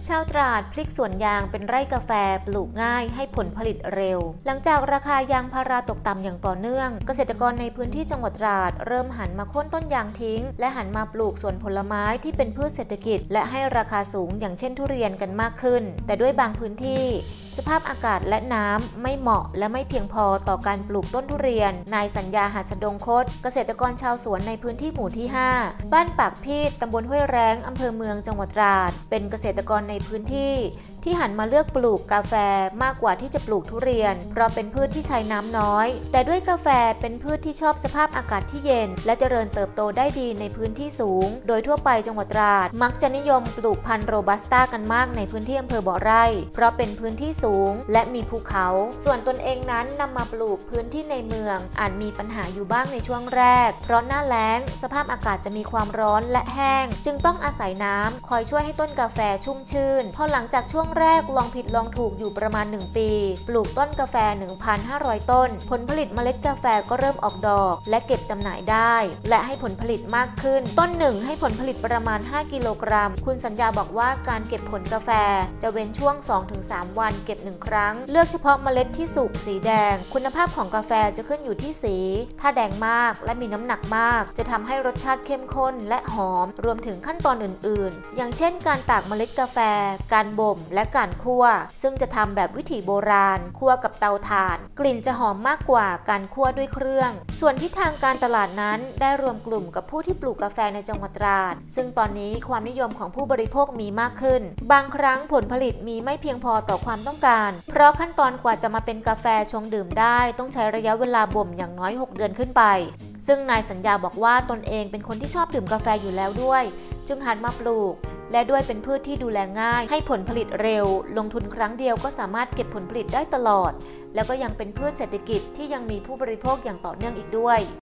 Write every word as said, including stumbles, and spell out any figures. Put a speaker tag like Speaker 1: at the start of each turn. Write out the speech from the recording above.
Speaker 1: ชาวตราดพลิกสวนยางเป็นไร่กาแฟปลูกง่ายให้ผลผลิตเร็วหลังจากราคายางพาราตกต่ำอย่างต่อเนื่องเกษตรกรในพื้นที่จังหวัดตราดเริ่มหันมาโค่นต้นยางทิ้งและหันมาปลูกสวนผลไม้ที่เป็นพืชเศรษฐกิจและให้ราคาสูงอย่างเช่นทุเรียนกันมากขึ้นแต่ด้วยบางพื้นที่สภาพอากาศและน้ำไม่เหมาะและไม่เพียงพอต่อการปลูกต้นทุเรียนนายสัญญาหัสดงคตเกษตรกรชาวสวนในพื้นที่หมู่ที่ห้าบ้านปากพีดตำบลห้วยแร้งอำเภอเมืองจังหวัดตราดเป็นเกษตรกรในพื้นที่ที่หันมาเลือกปลูกกาแฟมากกว่าที่จะปลูกทุเรียนเพราะเป็นพืชที่ใช้น้ำน้อยแต่ด้วยกาแฟเป็นพืชที่ชอบสภาพอากาศที่เย็นและเจริญเติบโตได้ดีในพื้นที่สูงโดยทั่วไปจังหวัดตราดมักจะนิยมปลูกพันธุ์โรบัสต้ากันมากในพื้นที่อำเภอบ่อไร่เพราะเป็นพื้นที่สูงและมีภูเขาส่วนตนเองนั้นนำมาปลูกพื้นที่ในเมืองอาจมีปัญหาอยู่บ้างในช่วงแรกเพราะหน้าแล้งสภาพอากาศจะมีความร้อนและแห้งจึงต้องอาศัยน้ำคอยช่วยให้ต้นกาแฟชุ่มชื่นพอหลังจากช่วงแรกลองผิดลองถูกอยู่ประมาณหนึ่งปีปลูกต้นกาแฟ หนึ่งพันห้าร้อย ต้นผลผลิตเมล็ดกาแฟก็เริ่มออกดอกและเก็บจำหน่ายได้และให้ผลผลิตมากขึ้นต้นหนึ่งให้ผลผลิตประมาณห้ากิโลกรัมคุณสัญญาบอกว่าการเก็บผลกาแฟจะเว้นช่วง สองถึงสาม วันเก็บหนึ่งครั้งเลือกเฉพาะเมล็ดที่สุกสีแดงคุณภาพของกาแฟจะขึ้นอยู่ที่สีถ้าแดงมากและมีน้ำหนักมากจะทำให้รสชาติเข้มข้นและหอมรวมถึงขั้นตอนอื่นๆอย่างเช่นการตากเมล็ดกาแฟการบ่มและการคั่วซึ่งจะทำแบบวิถีโบราณคั่วกับเตาถ่านกลิ่นจะหอมมากกว่าการคั่วด้วยเครื่องส่วนที่ทางการตลาดนั้นได้รวมกลุ่มกับผู้ที่ปลูกกาแฟในจังหวัดตราดซึ่งตอนนี้ความนิยมของผู้บริโภคมีมากขึ้นบางครั้งผลผลิตมีไม่เพียงพอต่อความต้องการเพราะขั้นตอนกว่าจะมาเป็นกาแฟชงดื่มได้ต้องใช้ระยะเวลาบ่มอย่างน้อยหกเดือนขึ้นไปซึ่งนายสัญญาบอกว่าตนเองเป็นคนที่ชอบดื่มกาแฟอยู่แล้วด้วยจึงหันมาปลูกและด้วยเป็นพืชที่ดูแลง่ายให้ผลผลิตเร็วลงทุนครั้งเดียวก็สามารถเก็บผลผลิตได้ตลอดแล้วก็ยังเป็นพืชเศรษฐกิจที่ยังมีผู้บริโภคอย่างต่อเนื่องอีกด้วย